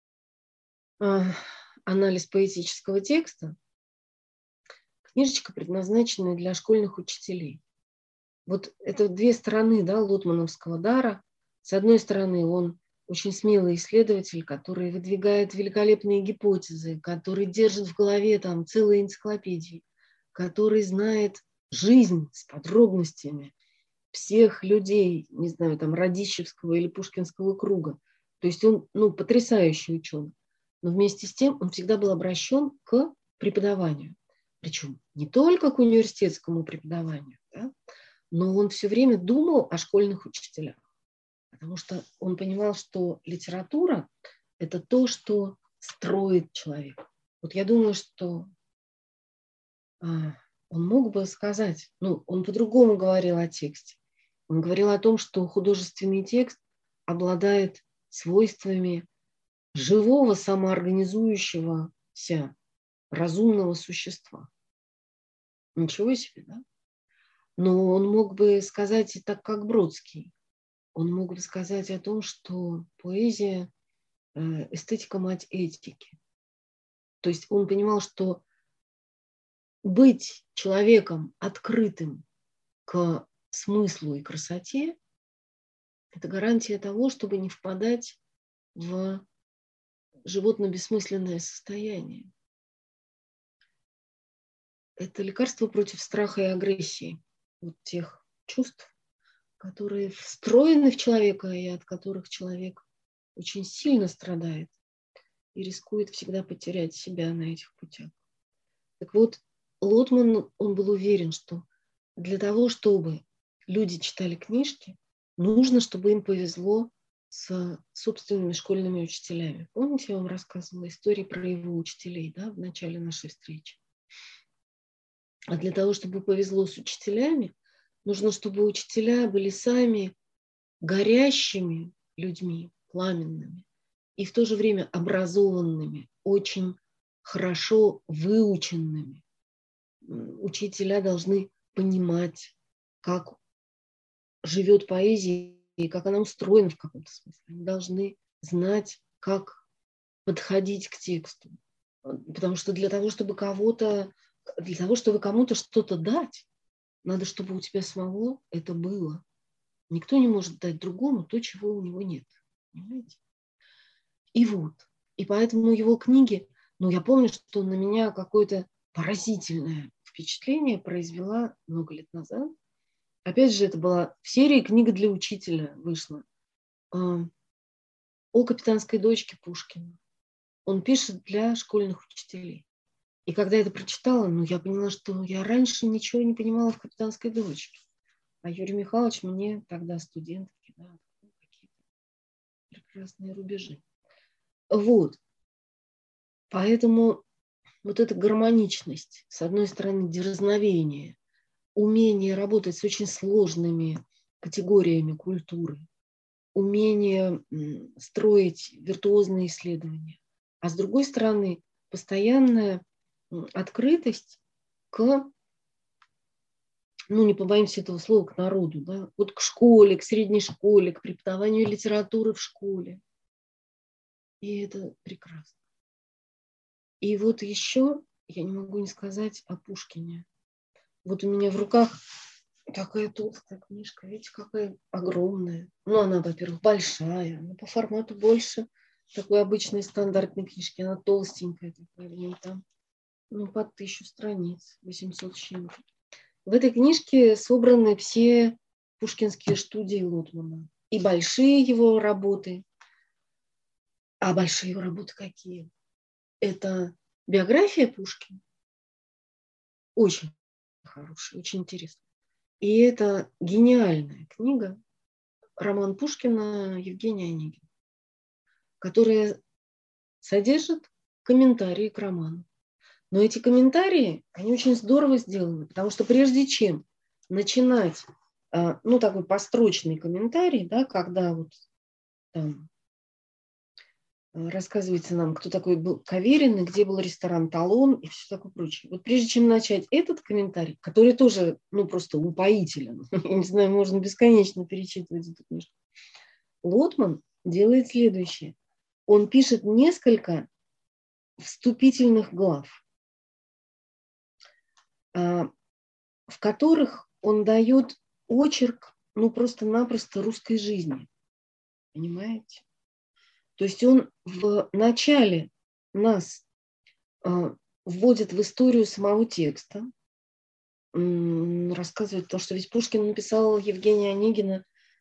S2: анализ поэтического текста, книжечка, предназначенная для школьных учителей. Вот это две стороны, да, лотмановского дара. С одной стороны, он очень смелый исследователь, который выдвигает великолепные гипотезы, который держит в голове там целые энциклопедии, который знает жизнь с подробностями всех людей, не знаю, там Радищевского или Пушкинского круга. То есть он, потрясающий ученый. Но вместе с тем он всегда был обращен к преподаванию. Причем не только к университетскому преподаванию, да, но он все время думал о школьных учителях. Потому что он понимал, что литература – это то, что строит человека. Вот я думаю, что он мог бы сказать, он по-другому говорил о тексте. Он говорил о том, что художественный текст обладает свойствами живого, самоорганизующегося, разумного существа. Ничего себе, да? Но он мог бы сказать и так, как Бродский. Он мог бы сказать о том, что поэзия – эстетика мать этики. То есть он понимал, что быть человеком открытым к смыслу и красоте – это гарантия того, чтобы не впадать в животно-бессмысленное состояние. Это лекарство против страха и агрессии, вот тех чувств, которые встроены в человека и от которых человек очень сильно страдает и рискует всегда потерять себя на этих путях. Так вот, Лотман, он был уверен, что для того, чтобы люди читали книжки, нужно, чтобы им повезло с собственными школьными учителями. Помните, я вам рассказывала истории про его учителей, да, в начале нашей встречи? А для того, чтобы повезло с учителями, нужно, чтобы учителя были сами горящими людьми, пламенными, и в то же время образованными, очень хорошо выученными. Учителя должны понимать, как живет поэзия и как она устроена в каком-то смысле. Они должны знать, как подходить к тексту. Потому что для того, чтобы кому-то что-то дать, надо, чтобы у тебя самого это было. Никто не может дать другому то, чего у него нет. Понимаете? И вот. И поэтому его книги, я помню, что на меня какое-то поразительное впечатление произвела много лет назад. Опять же, это была в серии «Книга для учителя» вышла. О капитанской дочке Пушкина. Он пишет для школьных учителей. И когда я это прочитала, я поняла, что я раньше ничего не понимала в «Капитанской дочке». А Юрий Михайлович мне тогда, студентки, какие-то прекрасные рубежи. Вот. Поэтому вот эта гармоничность, с одной стороны, дерзновение, умение работать с очень сложными категориями культуры, умение строить виртуозные исследования, а с другой стороны, постоянная открытость к, не побоимся этого слова, к народу, да? Вот к школе, к средней школе, к преподаванию литературы в школе. И это прекрасно. И вот еще я не могу не сказать о Пушкине. Вот у меня в руках такая толстая книжка, видите, какая огромная. Она, во-первых, большая, она по формату больше такой обычной стандартной книжки. Она толстенькая такая, в ней там под 1000 страниц, 800 с чем-то. В этой книжке собраны все пушкинские студии Лотмана. И большие его работы. А большие его работы какие? Это биография Пушкина. Очень хорошая, очень интересная. И это гениальная книга, роман Пушкина Евгения Онегина, которая содержит комментарии к роману. Но эти комментарии, они очень здорово сделаны, потому что прежде чем начинать, такой построчный комментарий, да, когда вот там рассказывается нам, кто такой был Каверин, и где был ресторан «Талон» и все такое прочее. Вот прежде чем начать этот комментарий, который тоже, просто упоителен, я не знаю, можно бесконечно перечитывать эту книжку, Лотман делает следующее. Он пишет несколько вступительных глав, в которых он дает очерк, просто-напросто русской жизни. Понимаете? То есть он в начале нас вводит в историю самого текста, рассказывает то, что ведь Пушкин написал Евгения Онегина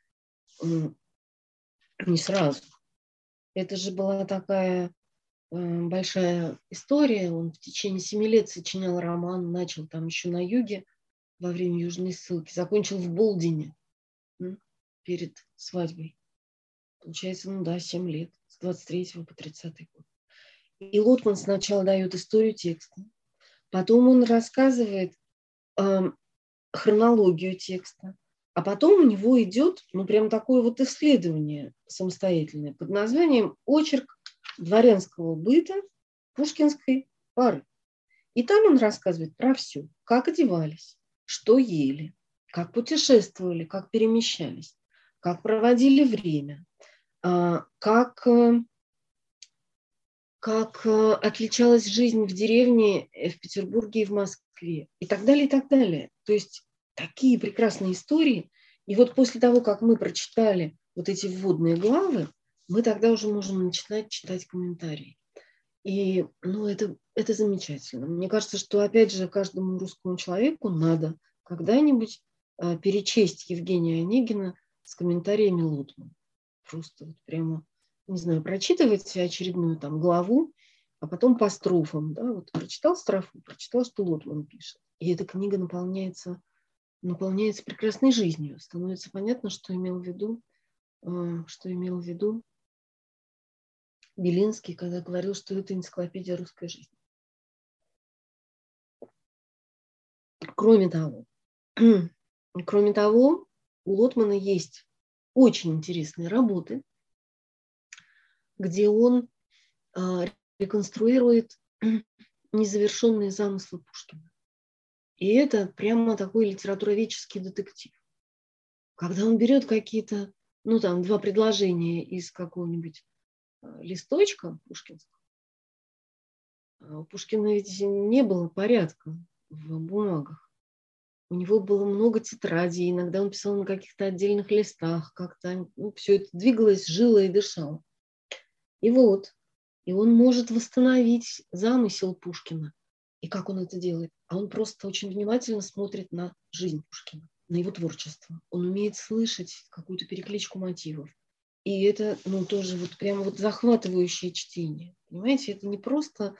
S2: не сразу. Это же была такая большая история. Он в течение 7 лет сочинял роман, начал там еще на юге во время южной ссылки, закончил в Болдине перед свадьбой. Получается, 7 лет, с 23 по 30 год. И Лотман сначала дает историю текста, потом он рассказывает хронологию текста, а потом у него идет, прям такое вот исследование самостоятельное под названием «Очерк дворянского быта пушкинской поры. И там он рассказывает про все, как одевались, что ели, как путешествовали, как перемещались, как проводили время, как отличалась жизнь в деревне, в Петербурге и в Москве, и так далее, и так далее. То есть такие прекрасные истории. И вот после того, как мы прочитали вот эти вводные главы, мы тогда уже можем начинать читать комментарии. И это замечательно. Мне кажется, что, опять же, каждому русскому человеку надо когда-нибудь перечесть Евгения Онегина с комментариями Лотмана. Просто вот прямо, не знаю, прочитывать очередную там главу, а потом по строфам. Да? Вот прочитал строфу, прочитал, что Лотман пишет. И эта книга наполняется прекрасной жизнью. Становится понятно, что имел в виду Белинский, когда говорил, что это энциклопедия русской жизни. Кроме того, у Лотмана есть очень интересные работы, где он реконструирует незавершенные замыслы Пушкина. И это прямо такой литературоведческий детектив. Когда он берет какие-то, два предложения из какого-нибудь листочка пушкинского. У Пушкина ведь не было порядка в бумагах. У него было много тетрадей, иногда он писал на каких-то отдельных листах, как-то все это двигалось, жило и дышало. И он может восстановить замысел Пушкина. И как он это делает? А он просто очень внимательно смотрит на жизнь Пушкина, на его творчество. Он умеет слышать какую-то перекличку мотивов. И это, тоже прямо захватывающее чтение. Понимаете, это не просто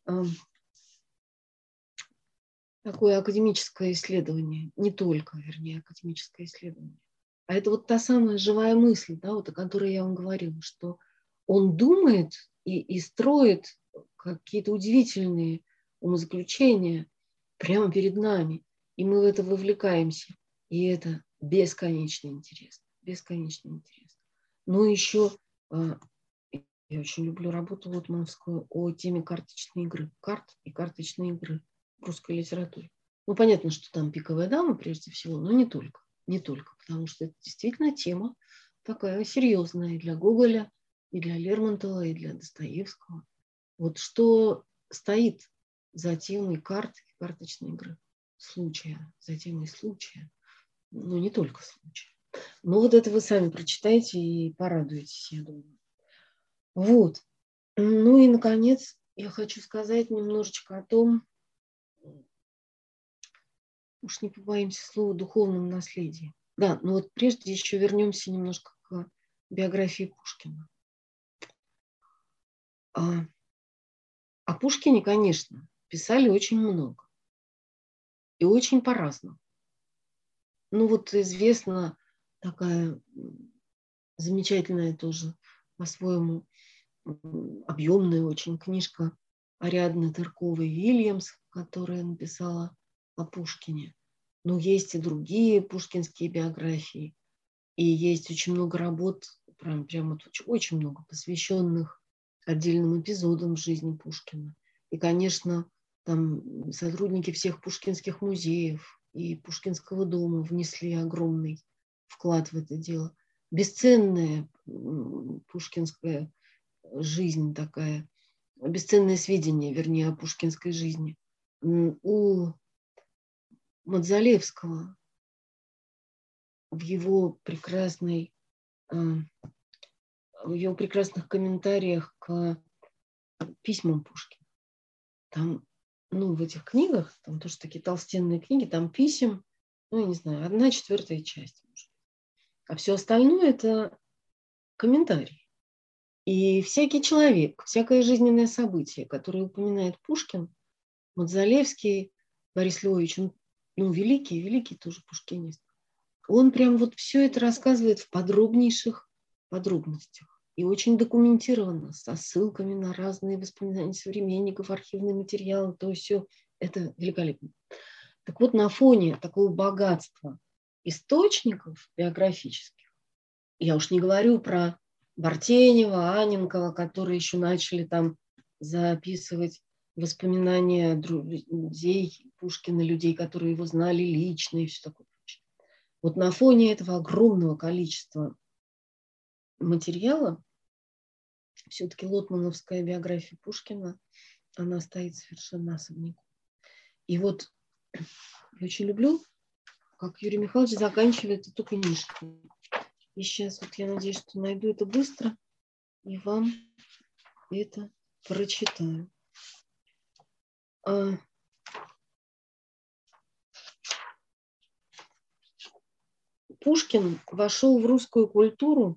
S2: такое академическое исследование, не только, вернее, академическое исследование, а это та самая живая мысль, да, о которой я вам говорила, что он думает и строит какие-то удивительные умозаключения прямо перед нами, и мы в это вовлекаемся, и это бесконечно интересно, бесконечно интересно. Но еще я очень люблю работу лотмановскую о теме карточной игры, карт и карточной игры в русской литературе. Понятно, что там «Пиковая дама» прежде всего, но не только, потому что это действительно тема такая серьезная и для Гоголя, и для Лермонтова, и для Достоевского. Вот что стоит за темой карт и карточной игры, случая, за темой случая, но не только случая. Но это вы сами прочитаете и порадуетесь, я думаю. Вот. И, наконец, я хочу сказать немножечко о том, уж не побоимся слова, духовном наследии. Да, прежде еще вернемся немножко к биографии Пушкина. О Пушкине, конечно, писали очень много. И очень по-разному. Известна такая замечательная тоже по-своему объемная очень книжка Ариадны Тырковой-Вильямс, которая написала о Пушкине. Но есть и другие пушкинские биографии. И есть очень много работ, прямо очень много, посвященных отдельным эпизодам в жизни Пушкина. И, конечно, там сотрудники всех пушкинских музеев и Пушкинского дома внесли огромный вклад в это дело. Бесценная пушкинская жизнь такая, бесценные сведения, вернее, о пушкинской жизни. У Мадзалевского в его прекрасных комментариях к письмам Пушкина. Там, в этих книгах, там тоже такие толстенные книги, там писем, я не знаю, 1/4 часть. А все остальное – это комментарии. И всякий человек, всякое жизненное событие, которое упоминает Пушкин, Мадзалевский, Борис Львович, он великий тоже пушкинист, он прям все это рассказывает в подробнейших подробностях. И очень документированно, со ссылками на разные воспоминания современников, архивные материалы, то все это великолепно. Так вот, на фоне такого богатства источников биографических, я уж не говорю про Бартенева, Анненкова, которые еще начали там записывать воспоминания друзей Пушкина, людей, которые его знали лично и все такое. Вот на фоне этого огромного количества материала все-таки лотмановская биография Пушкина, она стоит совершенно особняком. И вот я очень люблю, как Юрий Михайлович заканчивает эту книжку. И сейчас вот я надеюсь, что найду это быстро и вам это прочитаю. Пушкин вошел в русскую культуру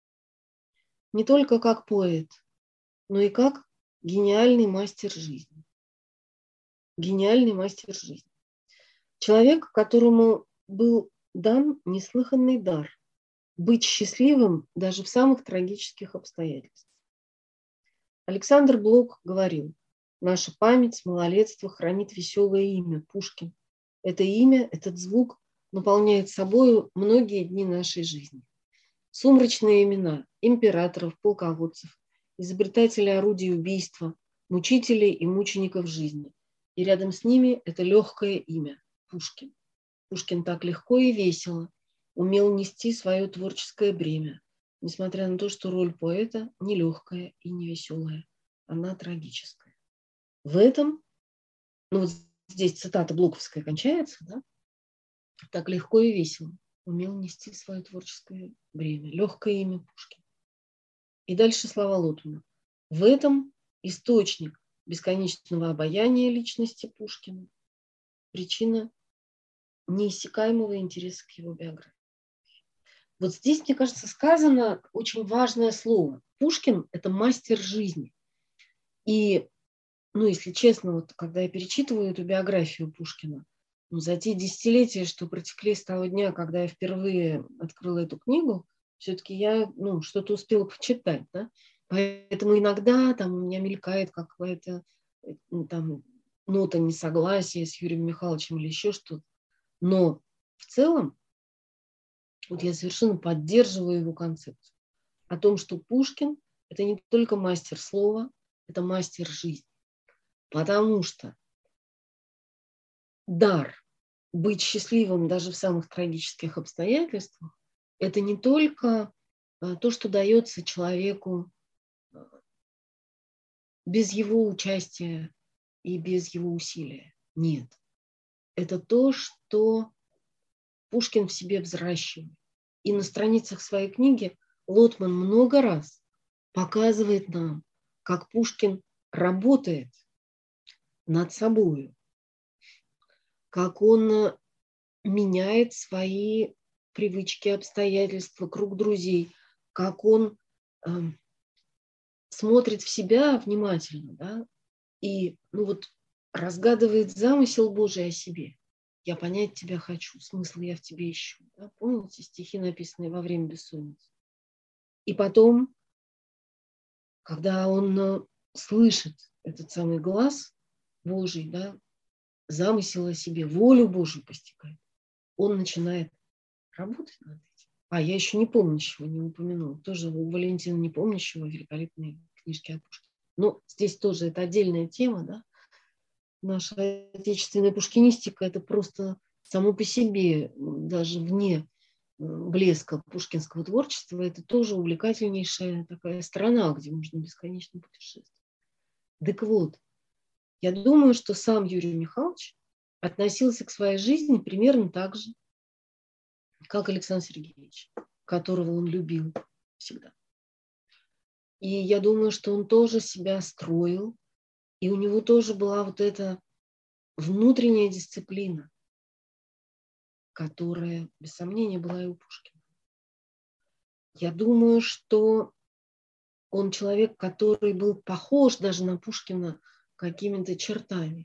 S2: не только как поэт, но и как гениальный мастер жизни. Гениальный мастер жизни. Человек, которому был дан неслыханный дар быть счастливым даже в самых трагических обстоятельствах. Александр Блок говорил: наша память с малолетства хранит веселое имя Пушкин. Это имя, этот звук наполняет собою многие дни нашей жизни. Сумрачные имена императоров, полководцев, изобретателей орудий убийства, мучителей и мучеников жизни. И рядом с ними это легкое имя Пушкин. Пушкин так легко и весело умел нести свое творческое бремя, несмотря на то, что роль поэта нелегкая и не веселая, она трагическая. В этом, ну вот здесь цитата блоковская кончается, да? Так легко и весело умел нести свое творческое бремя. Легкое имя Пушкин. И дальше слова Лотмана. В этом источник бесконечного обаяния личности Пушкина, причина неиссякаемого интереса к его биографии. Вот здесь, мне кажется, сказано очень важное слово. Пушкин – это мастер жизни. И, ну, если честно, вот когда я перечитываю эту биографию Пушкина, ну, за те десятилетия, что протекли с того дня, когда я впервые открыла эту книгу, все-таки я, ну, что-то успела почитать, да? Поэтому иногда там у меня мелькает какая-то там нота несогласия с Юрием Михайловичем или еще что-то. Но в целом вот я совершенно поддерживаю его концепцию о том, что Пушкин – это не только мастер слова, это мастер жизни. Потому что дар быть счастливым даже в самых трагических обстоятельствах – это не только то, что дается человеку без его участия и без его усилия. Нет. Это то, что Пушкин в себе взращивает. И на страницах своей книги Лотман много раз показывает нам, как Пушкин работает над собой, как он меняет свои привычки, обстоятельства, круг друзей, как он смотрит в себя внимательно, да, и ну вот разгадывает замысел Божий о себе. Я понять тебя хочу, смысл я в тебе ищу. Да? Помните стихи, написанные во время бессонницы? И потом, когда он слышит этот самый глаз Божий, да, замысел о себе, волю Божию постигает, он начинает работать над этим. А я еще Непомнящего не упомянула. Тоже у Валентина Непомнящего великолепные книжки о Пушкине. Но здесь тоже это отдельная тема, да. Наша отечественная пушкинистика – это просто само по себе, даже вне блеска пушкинского творчества, это тоже увлекательнейшая такая страна, где можно бесконечно путешествовать. Так вот, я думаю, что сам Юрий Михайлович относился к своей жизни примерно так же, как Александр Сергеевич, которого он любил всегда. И я думаю, что он тоже себя строил, и у него тоже была вот эта внутренняя дисциплина, которая, без сомнения, была и у Пушкина. Я думаю, что он человек, который был похож даже на Пушкина какими-то чертами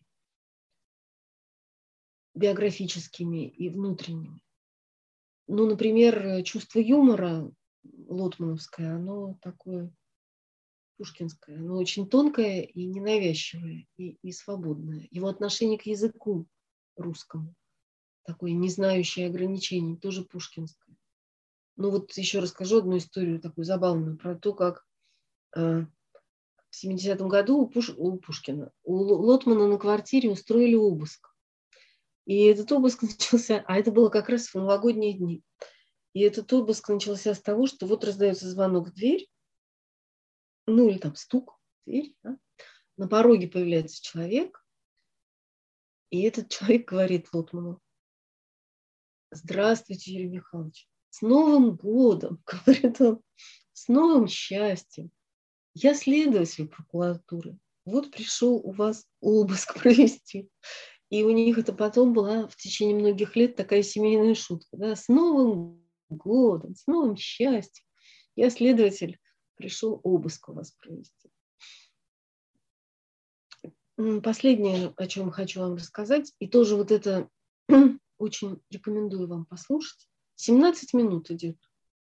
S2: биографическими и внутренними. Ну, например, чувство юмора лотмановское, оно такое пушкинское, оно очень тонкое и ненавязчивое, и свободное. Его отношение к языку русскому, такое не знающее ограничений, тоже пушкинское. Ну вот еще расскажу одну историю такую забавную про то, как в 70-м году у Пушкина, у Лотмана на квартире устроили обыск. И этот обыск начался, а это было как раз в новогодние дни. И этот обыск начался с того, что вот раздается звонок в дверь, ну или там стук в дверь, да? На пороге появляется человек, и этот человек говорит Лотману: «Здравствуйте, Юрий Михайлович, с Новым годом», говорит он, «с новым счастьем. Я следователь прокуратуры. Вот пришел у вас обыск провести». И у них это потом была в течение многих лет такая семейная шутка. Да? С Новым годом, с новым счастьем. Я следователь, пришел обыск у вас провести. Последнее, о чем хочу вам рассказать, и тоже вот это очень рекомендую вам послушать. 17 минут идет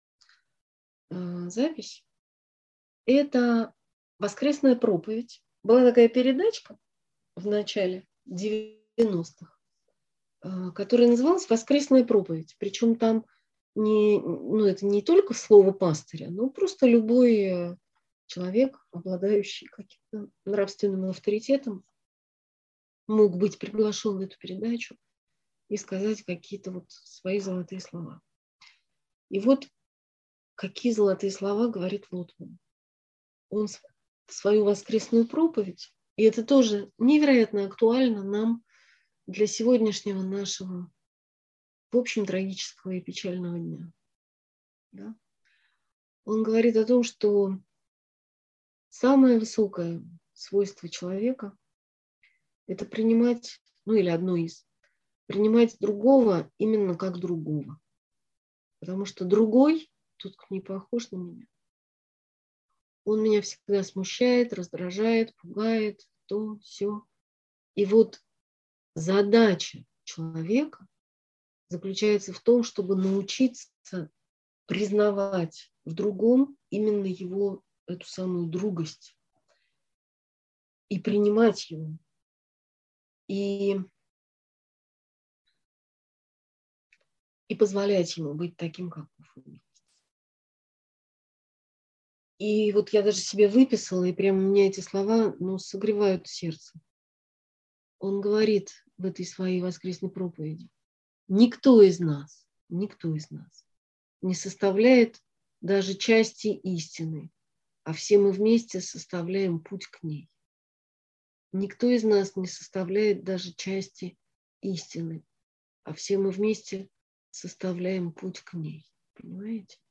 S2: запись. Это воскресная проповедь. Была такая передачка в начале 90-х, которая называлась «Воскресная проповедь». Причем там это не только слово пастыря, но просто любой человек, обладающий каким-то нравственным авторитетом, мог быть приглашен в эту передачу и сказать какие-то вот свои золотые слова. И вот какие золотые слова говорит Лотман. Он свою воскресную проповедь, и это тоже невероятно актуально нам для сегодняшнего нашего, в общем, трагического и печального дня. Да? Он говорит о том, что самое высокое свойство человека – это принимать, или одно из, принимать другого именно как другого. Потому что другой, тот, кто не похож на меня, он меня всегда смущает, раздражает, пугает, то, сё. И вот задача человека заключается в том, чтобы научиться признавать в другом именно его, эту самую другость, и принимать его. И позволять ему быть таким, как он есть. И вот я даже себе выписала, и прямо у меня эти слова согревают сердце. Он говорит в этой своей воскресной проповеди: никто из нас не составляет даже части истины, а все мы вместе составляем путь к ней. Никто из нас не составляет даже части истины, а все мы вместе составляем путь к ней. Понимаете?